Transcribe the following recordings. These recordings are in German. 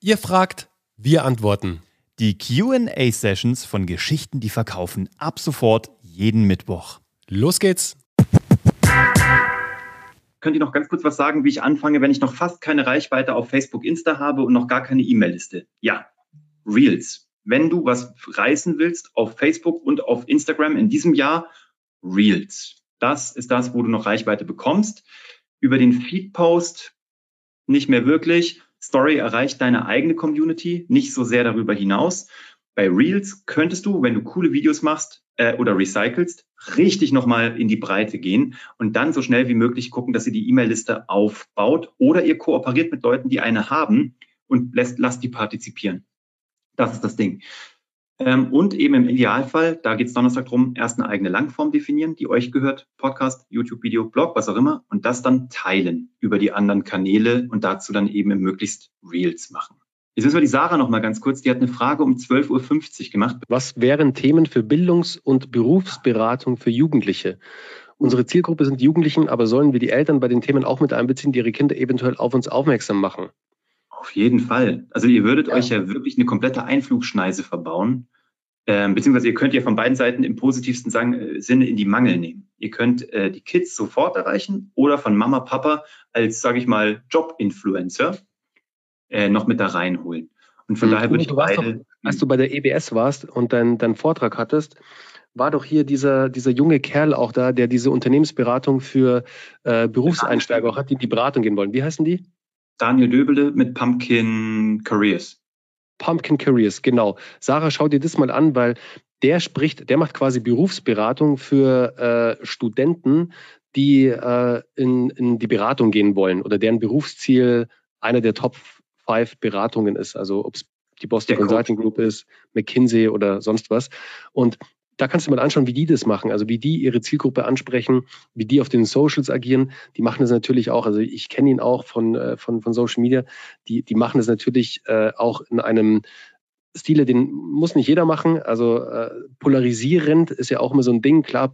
Ihr fragt, wir antworten. Die Q&A-Sessions von Geschichten, die verkaufen, ab sofort jeden Mittwoch. Los geht's! Könnt ihr noch ganz kurz was sagen, wie ich anfange, wenn ich noch fast keine Reichweite auf Facebook, Insta habe und noch gar keine E-Mail-Liste? Ja, Reels. Wenn du was reißen willst auf Facebook und auf Instagram in diesem Jahr, Reels. Das ist das, wo du noch Reichweite bekommst. Über den Feed-Post nicht mehr wirklich. Story erreicht deine eigene Community, nicht so sehr darüber hinaus. Bei Reels könntest du, wenn du coole Videos machst oder recycelst, richtig nochmal in die Breite gehen und dann so schnell wie möglich gucken, dass ihr die E-Mail-Liste aufbaut oder ihr kooperiert mit Leuten, die eine haben und lasst die partizipieren. Das ist das Ding. Und eben im Idealfall, da geht es Donnerstag drum, erst eine eigene Langform definieren, die euch gehört, Podcast, YouTube-Video, Blog, was auch immer, und das dann teilen über die anderen Kanäle und dazu dann eben möglichst Reels machen. Jetzt müssen wir die Sarah noch mal ganz kurz, die hat eine Frage um 12.50 Uhr gemacht. Was wären Themen für Bildungs- und Berufsberatung für Jugendliche? Unsere Zielgruppe sind Jugendlichen, aber sollen wir die Eltern bei den Themen auch mit einbeziehen, die ihre Kinder eventuell auf uns aufmerksam machen? Auf jeden Fall. Also ihr würdet euch ja wirklich eine komplette Einflugschneise verbauen. Beziehungsweise ihr könnt ja von beiden Seiten im positivsten Sinne in die Mangel nehmen. Ihr könnt die Kids sofort erreichen oder von Mama, Papa als, sage ich mal, Job-Influencer noch mit da reinholen. Und von daher würde ich beide... Als du bei der EBS warst und deinen Vortrag hattest, war doch hier dieser junge Kerl auch da, der diese Unternehmensberatung für Berufseinsteiger auch hat, die in die Beratung gehen wollen. Wie heißen die? Daniel Döbele mit Pumpkin Careers. Pumpkin Careers, genau. Sarah, schau dir das mal an, weil der macht quasi Berufsberatung für Studenten, die in die Beratung gehen wollen oder deren Berufsziel einer der Top 5 Beratungen ist. Also ob es die Boston Consulting Group ist, McKinsey oder sonst was. Und da kannst du mal anschauen, wie die das machen, also wie die ihre Zielgruppe ansprechen, wie die auf den Socials agieren. Die machen das natürlich auch, also ich kenne ihn auch von Social Media, die machen das natürlich auch in einem Stile, den muss nicht jeder machen. Also polarisierend ist ja auch immer so ein Ding. Klar,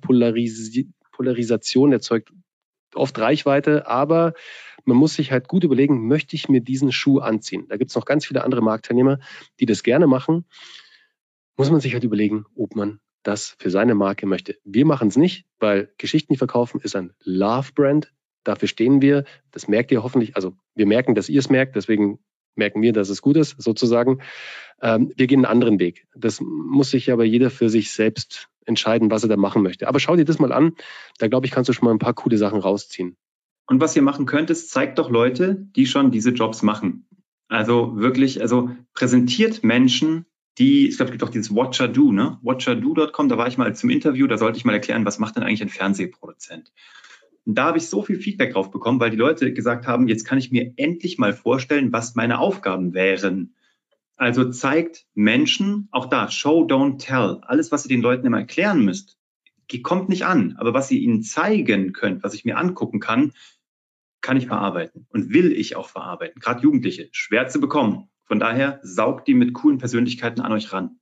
Polarisation erzeugt oft Reichweite, aber man muss sich halt gut überlegen, möchte ich mir diesen Schuh anziehen? Da gibt es noch ganz viele andere Marktteilnehmer, die das gerne machen. Muss man sich halt überlegen, ob man das für seine Marke möchte. Wir machen es nicht, weil Geschichten, die verkaufen, ist ein Love-Brand. Dafür stehen wir. Das merkt ihr hoffentlich. Also wir merken, dass ihr es merkt. Deswegen merken wir, dass es gut ist, sozusagen. Wir gehen einen anderen Weg. Das muss sich aber jeder für sich selbst entscheiden, was er da machen möchte. Aber schau dir das mal an. Da, glaube ich, kannst du schon mal ein paar coole Sachen rausziehen. Und was ihr machen könnt, ist, zeigt doch Leute, die schon diese Jobs machen. Also wirklich, präsentiert Menschen, ich glaube, es gibt auch dieses Watchado, ne? Watchado.com, da war ich mal zum Interview, da sollte ich mal erklären, was macht denn eigentlich ein Fernsehproduzent? Und da habe ich so viel Feedback drauf bekommen, weil die Leute gesagt haben, jetzt kann ich mir endlich mal vorstellen, was meine Aufgaben wären. Also zeigt Menschen, auch da, Show, don't tell. Alles, was ihr den Leuten immer erklären müsst, kommt nicht an. Aber was ihr ihnen zeigen könnt, was ich mir angucken kann ich verarbeiten und will ich auch verarbeiten. Gerade Jugendliche, schwer zu bekommen. Von daher saugt die mit coolen Persönlichkeiten an euch ran.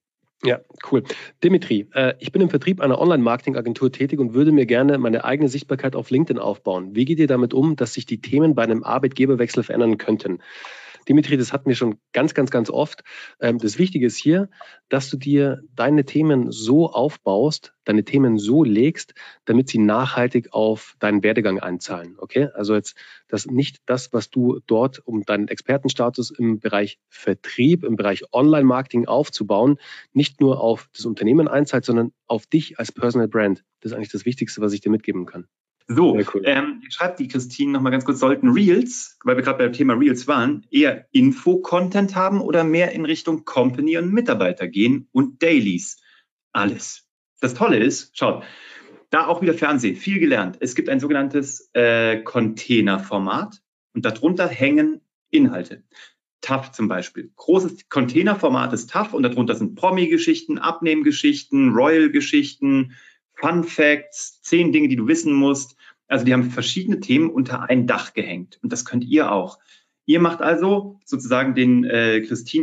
Ja, cool. Dimitri, ich bin im Vertrieb einer Online-Marketing-Agentur tätig und würde mir gerne meine eigene Sichtbarkeit auf LinkedIn aufbauen. Wie geht ihr damit um, dass sich die Themen bei einem Arbeitgeberwechsel verändern könnten? Dimitri, das hatten wir schon ganz, ganz, ganz oft. Das Wichtige ist hier, dass du dir deine Themen so aufbaust, deine Themen so legst, damit sie nachhaltig auf deinen Werdegang einzahlen. Okay? Also jetzt nicht das, was du dort, um deinen Expertenstatus im Bereich Vertrieb, im Bereich Online-Marketing aufzubauen, nicht nur auf das Unternehmen einzahlt, sondern auf dich als Personal Brand. Das ist eigentlich das Wichtigste, was ich dir mitgeben kann. So, cool. Schreibt die Christine noch mal ganz kurz, sollten Reels, weil wir gerade beim Thema Reels waren, eher Info-Content haben oder mehr in Richtung Company und Mitarbeiter gehen und Dailies? Alles. Das Tolle ist, schaut, da auch wieder Fernsehen, viel gelernt. Es gibt ein sogenanntes Containerformat und darunter hängen Inhalte. TAF zum Beispiel. Großes Containerformat ist TAF und darunter sind Promi-Geschichten, Abnehmgeschichten, Royal-Geschichten, Fun Facts, 10 Dinge, die du wissen musst. Also die haben verschiedene Themen unter ein Dach gehängt. Und das könnt ihr auch. Ihr macht also sozusagen den Christine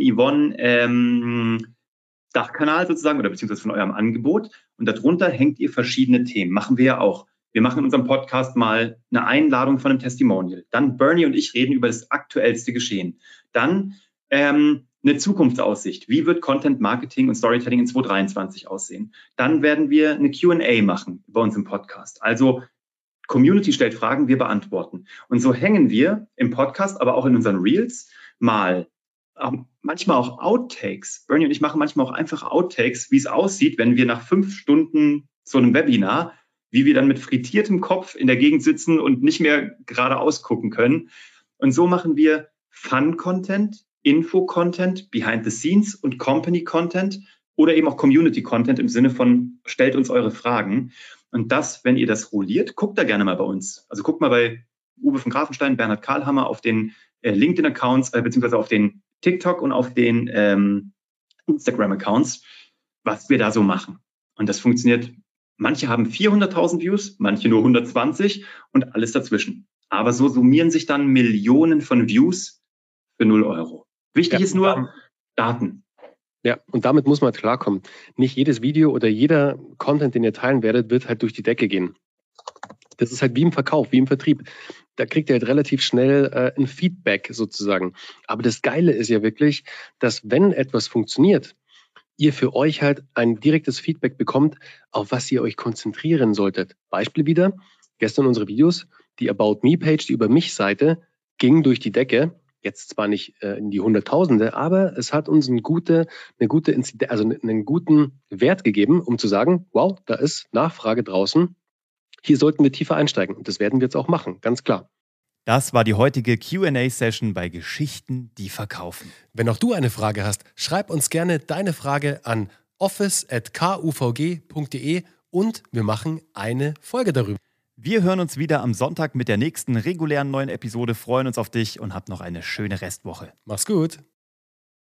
Yvonne Dachkanal sozusagen oder beziehungsweise von eurem Angebot. Und darunter hängt ihr verschiedene Themen. Machen wir ja auch. Wir machen in unserem Podcast mal eine Einladung von einem Testimonial. Dann Bernie und ich reden über das aktuellste Geschehen. Dann eine Zukunftsaussicht. Wie wird Content Marketing und Storytelling in 2023 aussehen? Dann werden wir eine Q&A machen bei uns im Podcast. Also Community stellt Fragen, wir beantworten. Und so hängen wir im Podcast, aber auch in unseren Reels manchmal auch Outtakes. Bernie und ich machen manchmal auch einfach Outtakes, wie es aussieht, wenn wir nach 5 Stunden so einem Webinar, wie wir dann mit frittiertem Kopf in der Gegend sitzen und nicht mehr geradeaus gucken können. Und so machen wir Fun-Content, Info-Content, Behind-the-Scenes und Company-Content oder eben auch Community-Content im Sinne von stellt uns eure Fragen. Und das, wenn ihr das rolliert, guckt da gerne mal bei uns. Also guckt mal bei Uwe von Grafenstein, Bernhard Karlhammer auf den LinkedIn-Accounts, beziehungsweise auf den TikTok und auf den Instagram-Accounts, was wir da so machen. Und das funktioniert. Manche haben 400.000 Views, manche nur 120 und alles dazwischen. Aber so summieren sich dann Millionen von Views für 0 Euro. Wichtig ist nur Daten. Ja, und damit muss man klarkommen. Nicht jedes Video oder jeder Content, den ihr teilen werdet, wird halt durch die Decke gehen. Das ist halt wie im Verkauf, wie im Vertrieb. Da kriegt ihr halt relativ schnell ein Feedback sozusagen. Aber das Geile ist ja wirklich, dass wenn etwas funktioniert, ihr für euch halt ein direktes Feedback bekommt, auf was ihr euch konzentrieren solltet. Beispiel wieder, gestern unsere Videos, die About Me-Page, die Über mich-Seite, ging durch die Decke. Jetzt zwar nicht in die Hunderttausende, aber es hat uns einen guten Wert gegeben, um zu sagen, wow, da ist Nachfrage draußen. Hier sollten wir tiefer einsteigen. Und das werden wir jetzt auch machen, ganz klar. Das war die heutige Q&A-Session bei Geschichten, die verkaufen. Wenn auch du eine Frage hast, schreib uns gerne deine Frage an office@kuvg.de und wir machen eine Folge darüber. Wir hören uns wieder am Sonntag mit der nächsten regulären neuen Episode, freuen uns auf dich und habt noch eine schöne Restwoche. Mach's gut.